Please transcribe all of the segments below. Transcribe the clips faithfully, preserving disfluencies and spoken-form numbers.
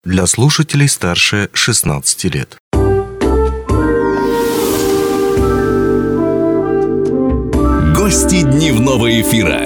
Для слушателей старше шестнадцати лет. Гости дневного эфира.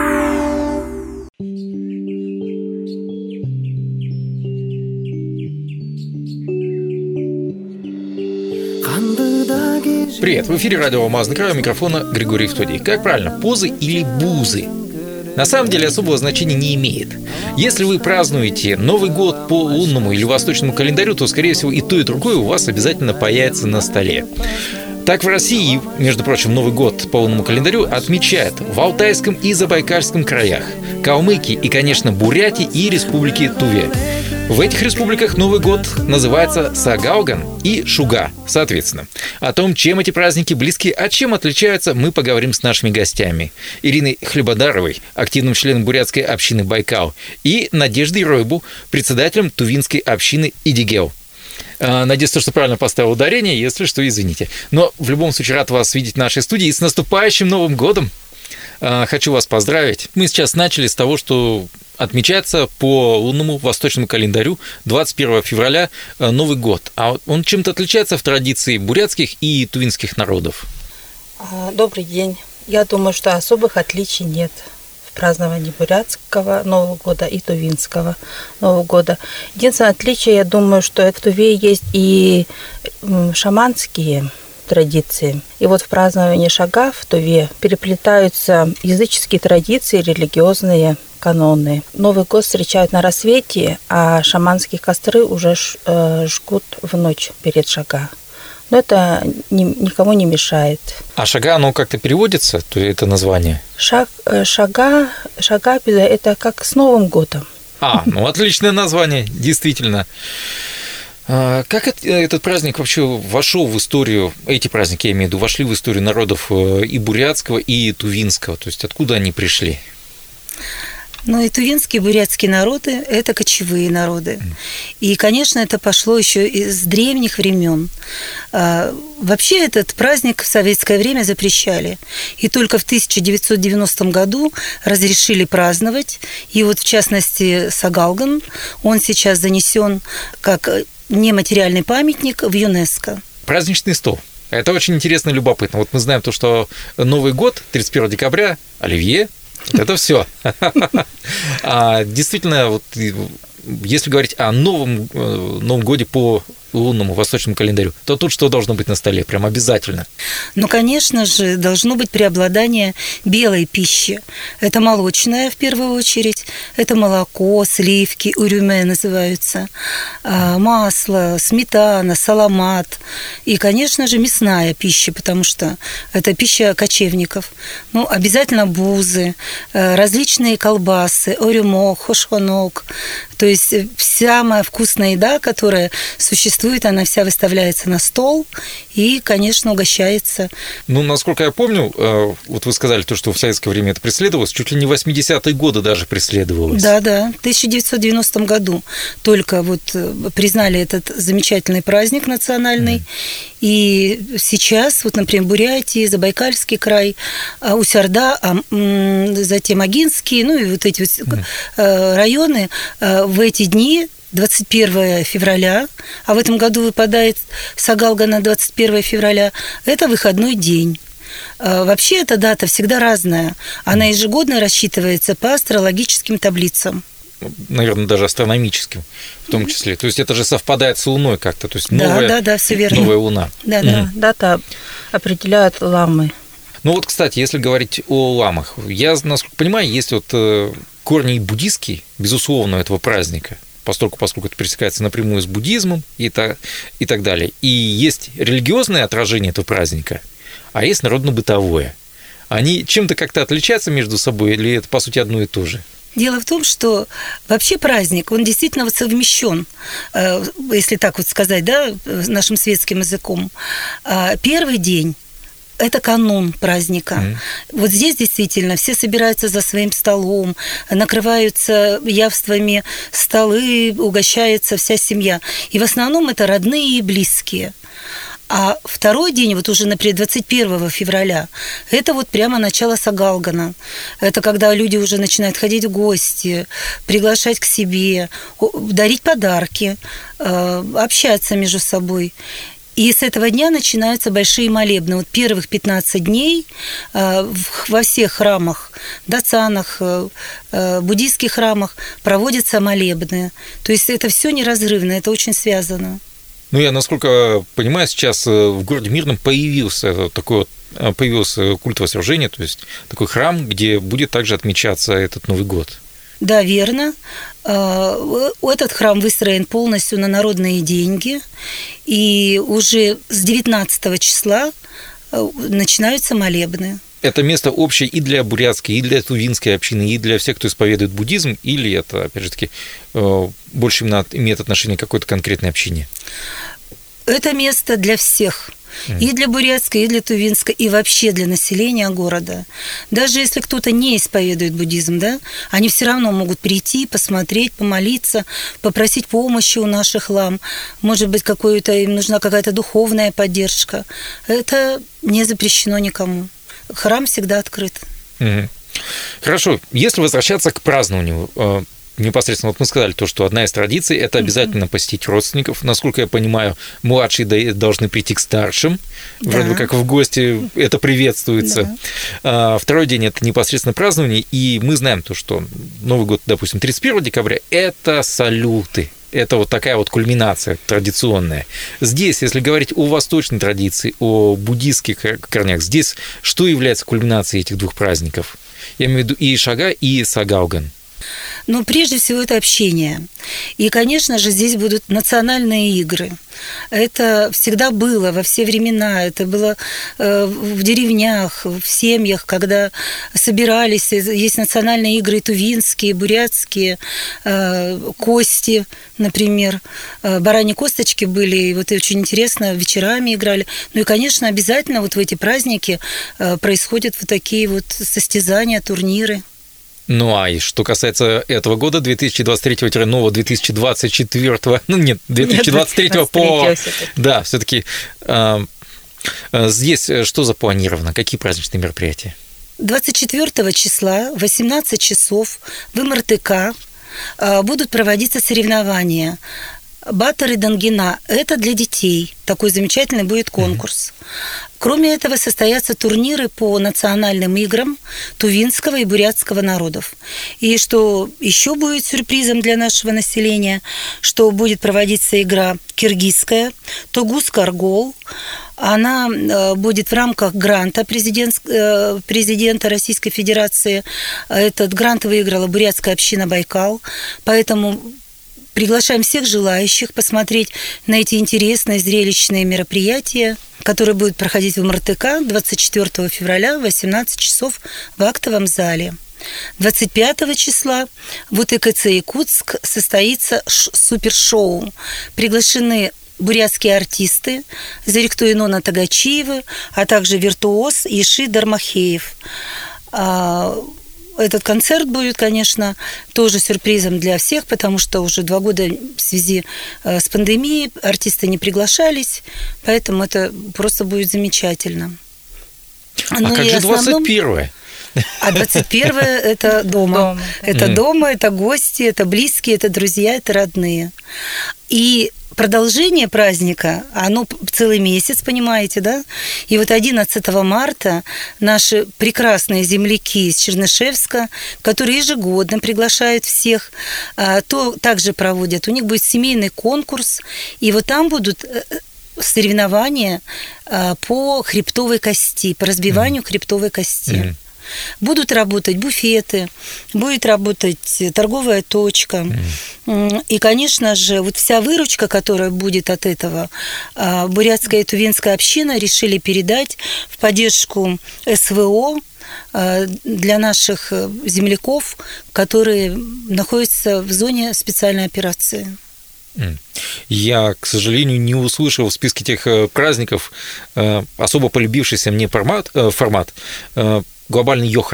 Привет, в эфире радио «Алмазный край», у микрофона Григорий в студии. Как правильно, позы или бузы? На самом деле особого значения не имеет. Если вы празднуете Новый год по лунному или восточному календарю, то, скорее всего, и то, и другое у вас обязательно появится на столе. Так в России, между прочим, Новый год по лунному календарю отмечают в Алтайском и Забайкальском краях, Калмыкии и, конечно, Бурятии и Республике Туве. В этих республиках Новый год называется Сагалган и Шуга, соответственно. О том, чем эти праздники близки, а чем отличаются, мы поговорим с нашими гостями. Ириной Хлебодаровой, активным членом бурятской общины Байкал, и Надеждой Ройбу, председателем тувинской общины Идигел. Надеюсь, что правильно поставил ударение, если что, извините. Но в любом случае рад вас видеть в нашей студии. И с наступающим Новым годом! Хочу вас поздравить. Мы сейчас начали с того, что отмечается по лунному восточному календарю двадцать первого февраля Новый год. А он чем-то отличается в традиции бурятских и тувинских народов? Добрый день. Я думаю, что особых отличий нет в праздновании бурятского Нового года и тувинского Нового года. Единственное отличие, я думаю, что в Туве есть и шаманские традиции. И вот в праздновании Шага в Туве переплетаются языческие традиции, религиозные каноны. Новый год встречают на рассвете, а шаманские костры уже жгут в ночь перед Шага. Но это ни, никому не мешает. А Шага, оно как-то переводится, то это название? Шаг, шага, Шагапида – это как с Новым годом. А, ну отличное название, действительно. Как этот праздник вообще вошел в историю, эти праздники, я имею в виду, вошли в историю народов и бурятского, и тувинского? То есть откуда они пришли? Ну и тувинские, и бурятские народы – это кочевые народы. И, конечно, это пошло еще из древних времен. Вообще этот праздник в советское время запрещали. И только в тысяча девятьсот девяностом году разрешили праздновать. И вот, в частности, Сагалган, он сейчас занесен как нематериальный памятник в ЮНЕСКО. Праздничный стол. Это очень интересно и любопытно. Вот мы знаем то, что Новый год, тридцать первого декабря, оливье, это все. Действительно, вот, если говорить о новом Новом годе по лунному восточному календарю, то тут что должно быть на столе? Прям обязательно. Ну, конечно же, должно быть преобладание белой пищи. Это молочная, в первую очередь. Это молоко, сливки, урюме называются, масло, сметана, саламат. И, конечно же, мясная пища, потому что это пища кочевников. Ну, обязательно бузы, различные колбасы, орюмо, хошхонок. То есть самая вкусная еда, которая существует, она вся выставляется на стол и, конечно, угощается. Ну, насколько я помню, вот вы сказали то, что в советское время это преследовалось, чуть ли не в восьмидесятые годы даже преследовалось. Да-да, в тысяча девятьсот девяностом году только вот признали этот замечательный праздник национальный. Mm. И сейчас, вот, например, Бурятия, Забайкальский край, Усярда, затем Агинский, ну и вот эти вот mm. районы в эти дни, двадцать первого февраля, а в этом году выпадает Сагалган на двадцать первого февраля, это выходной день. Вообще эта дата всегда разная. Она ежегодно рассчитывается по астрологическим таблицам. Наверное, даже астрономическим в том числе. То есть это же совпадает с Луной как-то. То есть новая, да, да, да, все верно. Новая Луна. Да, да. Mm. Дата определяют ламы. Ну вот, кстати, если говорить о ламах, я, насколько понимаю, есть вот корни буддийские, безусловно, этого праздника, поскольку, поскольку это пересекается напрямую с буддизмом и так, и так далее. И есть религиозное отражение этого праздника, а есть народно-бытовое. Они чем-то как-то отличаются между собой, или это, по сути, одно и то же? Дело в том, что вообще праздник, он действительно вот совмещен, если так вот сказать, да, нашим светским языком. Первый день – это канун праздника. Mm. Вот здесь действительно все собираются за своим столом, накрываются явствами столы, угощается вся семья. И в основном это родные и близкие. А второй день, вот уже, например, двадцать первого февраля, это вот прямо начало Сагалгана. Это когда люди уже начинают ходить в гости, приглашать к себе, дарить подарки, общаться между собой. И с этого дня начинаются большие молебны. Вот первых пятнадцать дней во всех храмах, дацанах, буддийских храмах проводятся молебны. То есть это все неразрывно, это очень связано. Ну, я, насколько понимаю, сейчас в городе Мирном появился такой вот, появился культовое сооружение, то есть такой храм, где будет также отмечаться этот Новый год. Да, верно. Этот храм выстроен полностью на народные деньги, и уже с девятнадцатого числа начинаются молебны. Это место общее и для бурятской, и для тувинской общины, и для всех, кто исповедует буддизм, или это, опять же таки, больше именно имеет отношение к какой-то конкретной общине? Это место для всех. И для бурятской, и для тувинской, и вообще для населения города. Даже если кто-то не исповедует буддизм, да, они все равно могут прийти, посмотреть, помолиться, попросить помощи у наших лам. Может быть, какую-то им нужна какая-то духовная поддержка. Это не запрещено никому. Храм всегда открыт. Угу. Хорошо. Если возвращаться к празднованию, непосредственно вот мы сказали то, что одна из традиций – это обязательно mm-hmm. посетить родственников. Насколько я понимаю, младшие должны прийти к старшим, да. Вроде бы как в гости это приветствуется. Да. Второй день – это непосредственно празднование, и мы знаем то, что Новый год, допустим, тридцать первого декабря – это салюты. Это вот такая вот кульминация традиционная. Здесь, если говорить о восточной традиции, о буддийских корнях, здесь что является кульминацией этих двух праздников? Я имею в виду и Ишага, и Сагалган. Но прежде всего это общение. И, конечно же, здесь будут национальные игры. Это всегда было во все времена. Это было в деревнях, в семьях, когда собирались. Есть национальные игры тувинские, бурятские, кости, например. Бараньи косточки были. И вот очень интересно, вечерами играли. Ну и, конечно, обязательно вот в эти праздники происходят вот такие вот состязания, турниры. Ну, а и что касается этого года, две тысячи двадцать третьего, нового две тысячи двадцать четвёртого, ну, нет, две тысячи двадцать третьего по... Да, все-таки э, э, здесь что запланировано? Какие праздничные мероприятия? двадцать четвёртого числа в восемнадцать часов в эм эр тэ ка э, будут проводиться соревнования. Батор и Дангина – это для детей. Такой замечательный будет конкурс. Mm-hmm. Кроме этого, состоятся турниры по национальным играм тувинского и бурятского народов. И что еще будет сюрпризом для нашего населения, что будет проводиться игра киргизская «Тогуз-Каргол». Она будет в рамках гранта президент, президента Российской Федерации. Этот грант выиграла бурятская община «Байкал». Поэтому приглашаем всех желающих посмотреть на эти интересные зрелищные мероприятия, которые будут проходить в эм эр тэ ка двадцать четвёртого февраля в восемнадцать часов в актовом зале. двадцать пятого числа в у тэ ка цэ Якутск состоится супершоу. Приглашены бурятские артисты Зарикто Инона Тагачиевы, а также виртуоз Еши Дармахеев. Этот концерт будет, конечно, тоже сюрпризом для всех, потому что уже два года в связи с пандемией артисты не приглашались, поэтому это просто будет замечательно. А ну как же основном... двадцать первое? А двадцать первое – это дома. дома. Это mm-hmm. дома, это гости, это близкие, это друзья, это родные. И продолжение праздника, оно целый месяц, понимаете, да? И вот одиннадцатого марта наши прекрасные земляки из Чернышевска, которые ежегодно приглашают всех, то также проводят. У них будет семейный конкурс, и вот там будут соревнования по хребтовой кости, по разбиванию mm-hmm. хребтовой кости. Mm-hmm. Будут работать буфеты, будет работать торговая точка. Mm. И, конечно же, вот вся выручка, которая будет от этого, бурятская и тувинская община решили передать в поддержку эс вэ о для наших земляков, которые находятся в зоне специальной операции. Я, к сожалению, не услышал в списке тех праздников особо полюбившийся мне формат, формат глобальный йохар.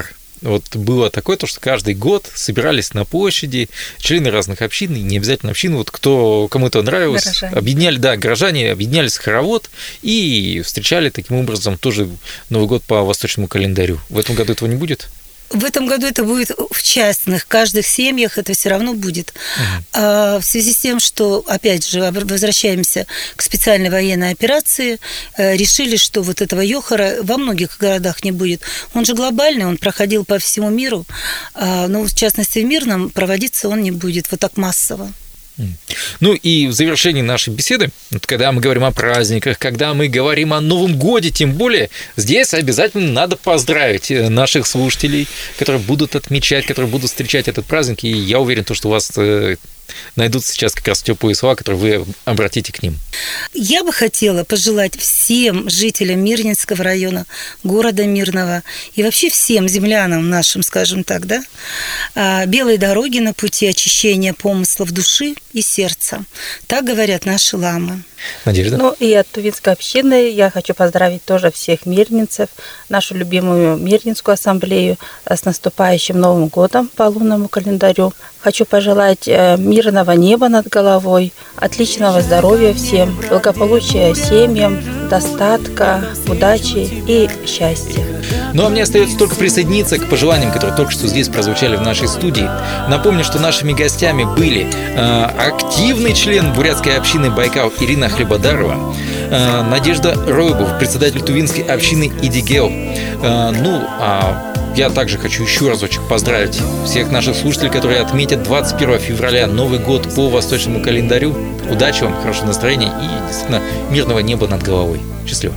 вот было такое, то, что каждый год собирались на площади члены разных общин, и не обязательно общин, вот кто, кому это нравилось, горожане. объединяли, да, горожане объединялись в хоровод и встречали таким образом тоже Новый год по восточному календарю. В этом году этого не будет? В этом году это будет в частных, в каждых семьях это все равно будет. Угу. А в связи с тем, что, опять же, возвращаемся к специальной военной операции, решили, что вот этого йохара во многих городах не будет. Он же глобальный, он проходил по всему миру, но в частности в Мирном проводиться он не будет вот так массово. Ну и в завершении нашей беседы, когда мы говорим о праздниках, когда мы говорим о Новом годе, тем более, здесь обязательно надо поздравить наших слушателей, которые будут отмечать, которые будут встречать этот праздник, и я уверен, что у вас найдутся сейчас как раз теплые слова, которые вы обратите к ним. Я бы хотела пожелать всем жителям Мирнинского района, города Мирного и вообще всем землянам нашим, скажем так, да, белой дороги на пути очищения помыслов души и сердца. Так говорят наши ламы. Надежда? Ну и от Тувинской общины я хочу поздравить тоже всех мирнинцев, нашу любимую Мирнинскую ассамблею с наступающим Новым годом по лунному календарю. Хочу пожелать мирного неба над головой, отличного здоровья всем, благополучия семьям, достатка, удачи и счастья. Ну а мне остается только присоединиться к пожеланиям, которые только что здесь прозвучали в нашей студии. Напомню, что нашими гостями были э, активный член бурятской общины Байкал Ирина Хлебодарова, э, Надежда Ройбов, председатель Тувинской общины Идигел. Э, ну, а я также хочу еще разочек поздравить всех наших слушателей, которые отметят двадцать первого февраля Новый год по восточному календарю. Удачи вам, хорошего настроения и действительно мирного неба над головой. Счастливо.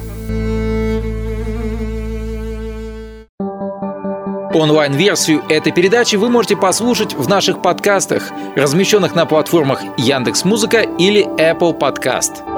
Онлайн-версию этой передачи вы можете послушать в наших подкастах, размещенных на платформах Яндекс.Музыка или Apple Podcast.